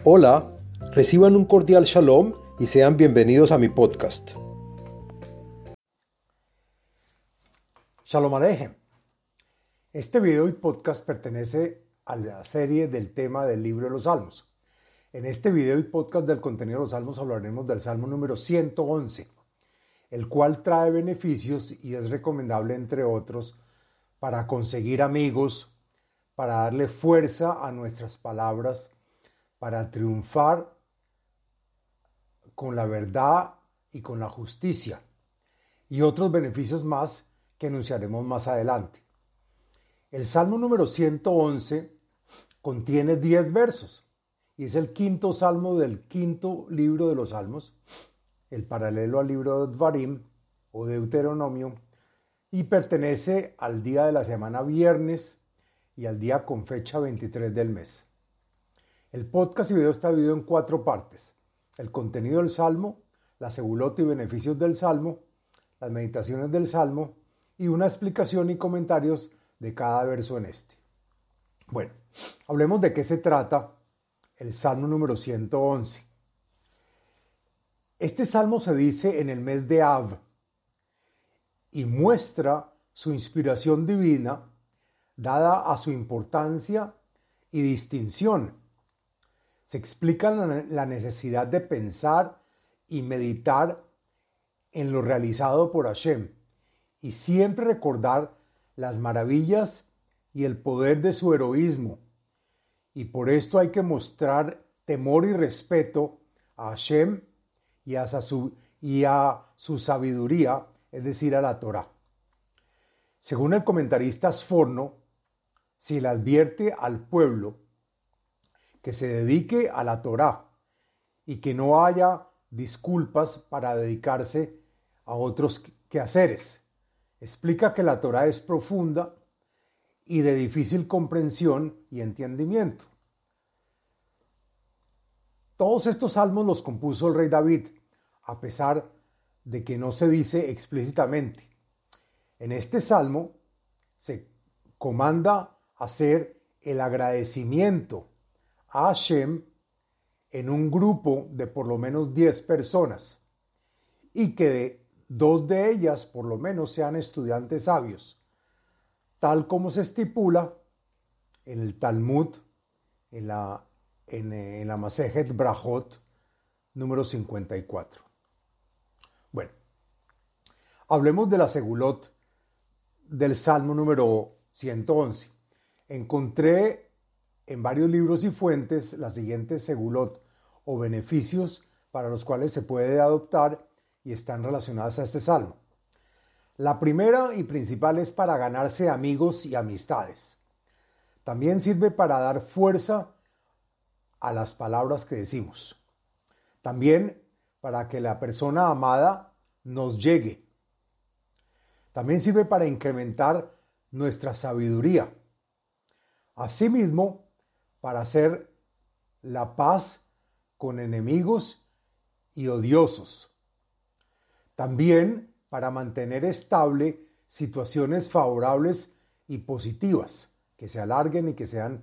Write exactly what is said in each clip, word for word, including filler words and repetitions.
Hola, reciban un cordial shalom y sean bienvenidos a mi podcast. Shalom Aleichem. Este video y podcast pertenece a la serie del tema del libro de los Salmos. En este video y podcast del contenido de los Salmos hablaremos del Salmo número ciento once, el cual trae beneficios y es recomendable, entre otros, para conseguir amigos, para darle fuerza a nuestras palabras, para triunfar con la verdad y con la justicia, y otros beneficios más que enunciaremos más adelante. El Salmo número ciento once contiene diez versos y es el quinto salmo del quinto libro de los Salmos, el paralelo al libro de Dvarim o Deuteronomio, y pertenece al día de la semana viernes y al día con fecha veintitrés del mes. El podcast y video está dividido en cuatro partes: el contenido del Salmo, la segulot y beneficios del Salmo, las meditaciones del Salmo y una explicación y comentarios de cada verso en este. Bueno, hablemos de qué se trata el Salmo número ciento once. Este Salmo se dice en el mes de Av y muestra su inspiración divina dada a su importancia y distinción. Se explica la necesidad de pensar y meditar en lo realizado por Hashem y siempre recordar las maravillas y el poder de su heroísmo. Y por esto hay que mostrar temor y respeto a Hashem y a su, y a su sabiduría, es decir, a la Torá. Según el comentarista Sforno, se le advierte al pueblo que se dedique a la Torá y que no haya disculpas para dedicarse a otros quehaceres. Explica que la Torá es profunda y de difícil comprensión y entendimiento. Todos estos salmos los compuso el rey David, a pesar de que no se dice explícitamente. En este salmo se comanda hacer el agradecimiento a Hashem en un grupo de por lo menos diez personas y que de dos de ellas por lo menos sean estudiantes sabios, tal como se estipula en el Talmud, en la, en, en la Masejet Brajot número cincuenta y cuatro. Bueno, hablemos de la segulot del Salmo número ciento once. Encontré en varios libros y fuentes las siguientes segulot o beneficios para los cuales se puede adoptar y están relacionadas a este salmo. La primera y principal es para ganarse amigos y amistades. También sirve para dar fuerza a las palabras que decimos. También para que la persona amada nos llegue. También sirve para incrementar nuestra sabiduría. Asimismo, para hacer la paz con enemigos y odiosos. También para mantener estable situaciones favorables y positivas, que se alarguen y que sean,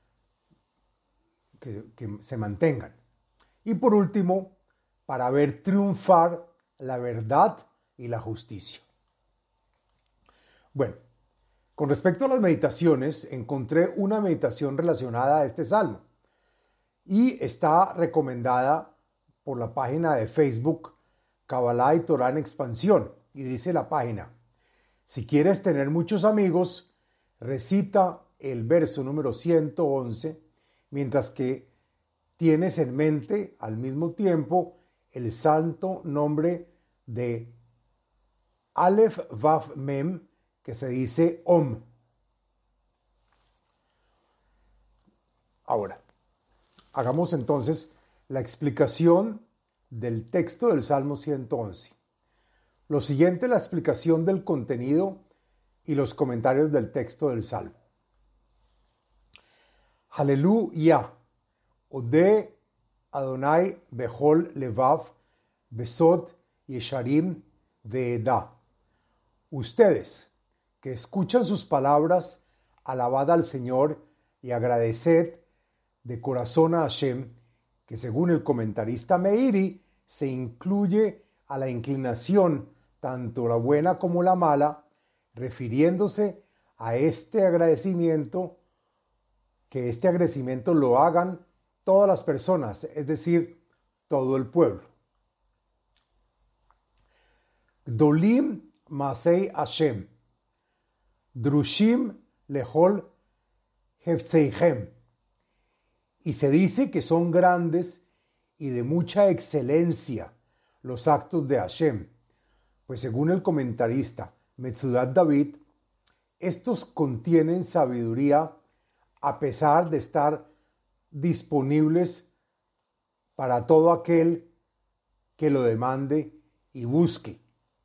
que, que se mantengan. Y por último, para ver triunfar la verdad y la justicia. Bueno, con respecto a las meditaciones, encontré una meditación relacionada a este salmo y está recomendada por la página de Facebook Kabbalah y Torah en Expansión, y dice la página: si quieres tener muchos amigos, recita el verso número ciento once mientras que tienes en mente al mismo tiempo el santo nombre de Aleph Vav Mem, que se dice Om. Ahora, hagamos entonces la explicación del texto del Salmo ciento once. Lo siguiente es la explicación del contenido y los comentarios del texto del Salmo. Aleluya, Ode Adonai Bechol Levav Besod Yesharim Ve'eda. Ustedes que escuchan sus palabras, alabad al Señor y agradeced de corazón a Hashem que según el comentarista Meiri se incluye a la inclinación, tanto la buena como la mala, refiriéndose a este agradecimiento, que este agradecimiento lo hagan todas las personas, es decir, todo el pueblo. Gdolim Masei Hashem, Drushim Lehol Hefzeichem. Y se dice que son grandes y de mucha excelencia los actos de Hashem, pues según el comentarista Metzudat David, estos contienen sabiduría a pesar de estar disponibles para todo aquel que lo demande y busque.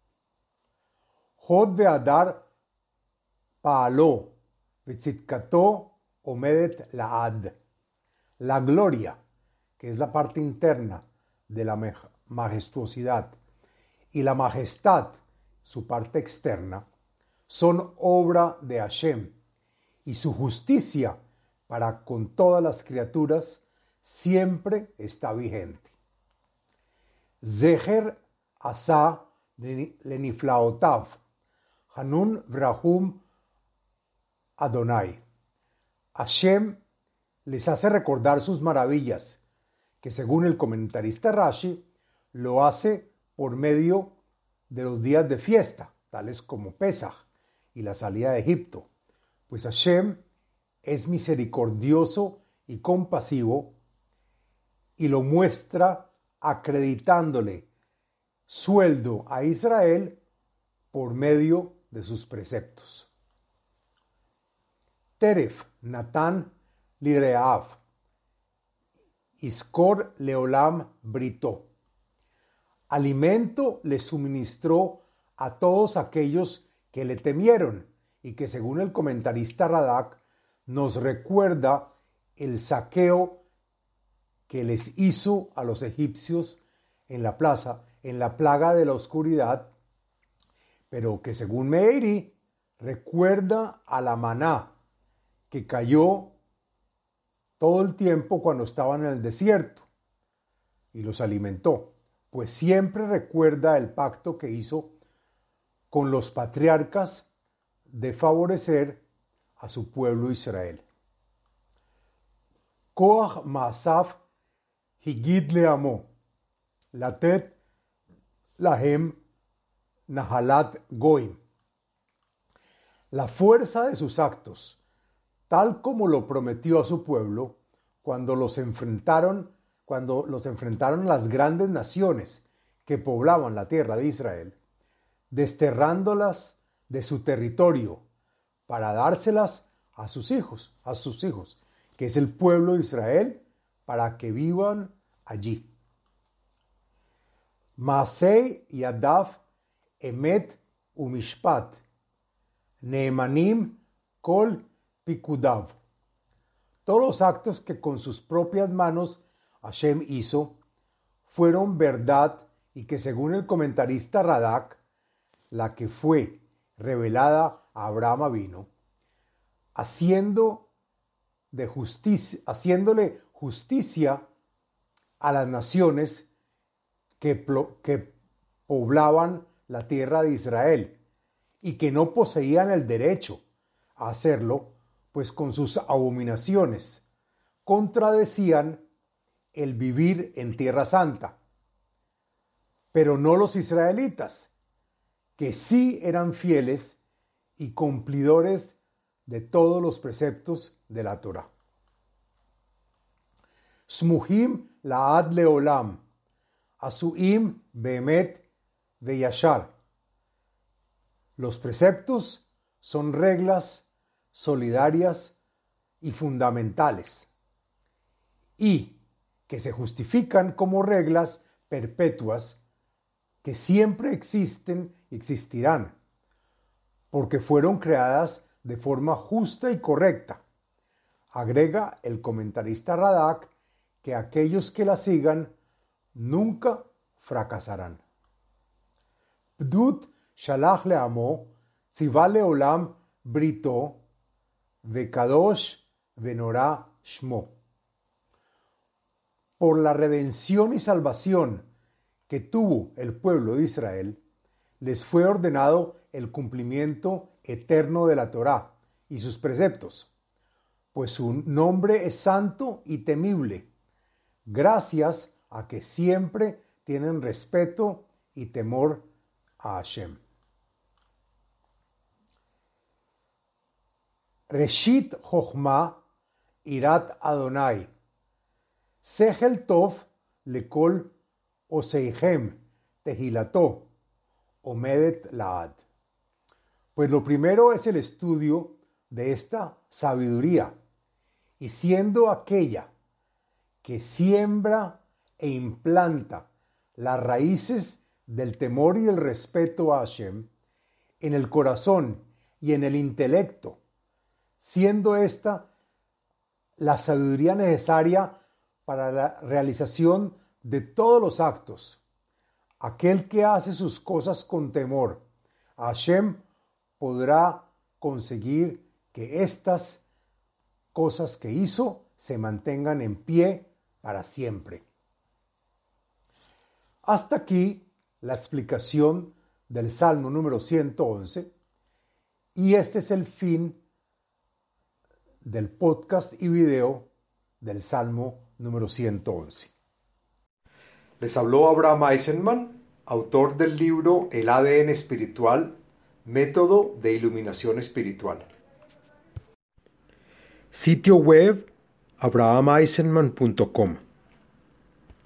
Hod ve'adar pa'alo ve'tzidkato omedet la'ad. La gloria, que es la parte interna de la majestuosidad, y la majestad, su parte externa, son obra de Hashem, y su justicia para con todas las criaturas siempre está vigente. Zeher asa leniflaotav, Hanun vrahum Adonai. Hashem les hace recordar sus maravillas, que según el comentarista Rashi, lo hace por medio de los días de fiesta, tales como Pesaj y la salida de Egipto, pues Hashem es misericordioso y compasivo y lo muestra acreditándole sueldo a Israel por medio de sus preceptos. Teref Natán Lireav, Iskor Leolam Brito. Alimento le suministró a todos aquellos que le temieron y que según el comentarista Radak nos recuerda el saqueo que les hizo a los egipcios en la plaza, en la plaga de la oscuridad, pero que según Meiri recuerda a la maná que cayó todo el tiempo cuando estaban en el desierto y los alimentó, pues siempre recuerda el pacto que hizo con los patriarcas de favorecer a su pueblo Israel. Koach Maasaf Higid Leamo, Latet Lahem Nahalat Goim. La fuerza de sus actos, tal como lo prometió a su pueblo cuando los enfrentaron, cuando los enfrentaron las grandes naciones que poblaban la tierra de Israel, desterrándolas de su territorio para dárselas a sus hijos, a sus hijos, que es el pueblo de Israel, para que vivan allí. Maasei Yadav Emet Umishpat, Neemanim Kol Pikudav. Todos los actos que con sus propias manos Hashem hizo fueron verdad y que según el comentarista Radak, la que fue revelada a Abraham Avino, haciendo de justicia, haciéndole justicia a las naciones que, que poblaban la tierra de Israel y que no poseían el derecho a hacerlo, pues con sus abominaciones contradecían el vivir en Tierra Santa. Pero no los israelitas, que sí eran fieles y cumplidores de todos los preceptos de la Torá. Smuhim la'ad leolam, asuim beemet veyashar. Los preceptos son reglas solidarias y fundamentales, y que se justifican como reglas perpetuas que siempre existen y existirán, porque fueron creadas de forma justa y correcta. Agrega el comentarista Radak que aquellos que la sigan nunca fracasarán. Pdut shalach leamo, tziva leolam brito, vekadosh venora shmo. por la redención y salvación que tuvo el pueblo de Israel, les fue ordenado el cumplimiento eterno de la Torá y sus preceptos, pues su nombre es santo y temible, gracias a que siempre tienen respeto y temor a Hashem. Reshit Chochma Irat Adonai, Sechel Tov Lekol Oseichem Tehilato Omedet Laad. Pues lo primero es el estudio de esta sabiduría, y siendo aquella que siembra e implanta las raíces del temor y el respeto a Hashem en el corazón y en el intelecto, siendo esta la sabiduría necesaria para la realización de todos los actos. Aquel que hace sus cosas con temor a Hashem podrá conseguir que estas cosas que hizo se mantengan en pie para siempre. Hasta aquí la explicación del Salmo número ciento once, y este es el fin del podcast y video del Salmo número ciento once. Les habló Abraham Eisenman, autor del libro El A D N espiritual, método de iluminación espiritual. Sitio web abraham eisenman punto com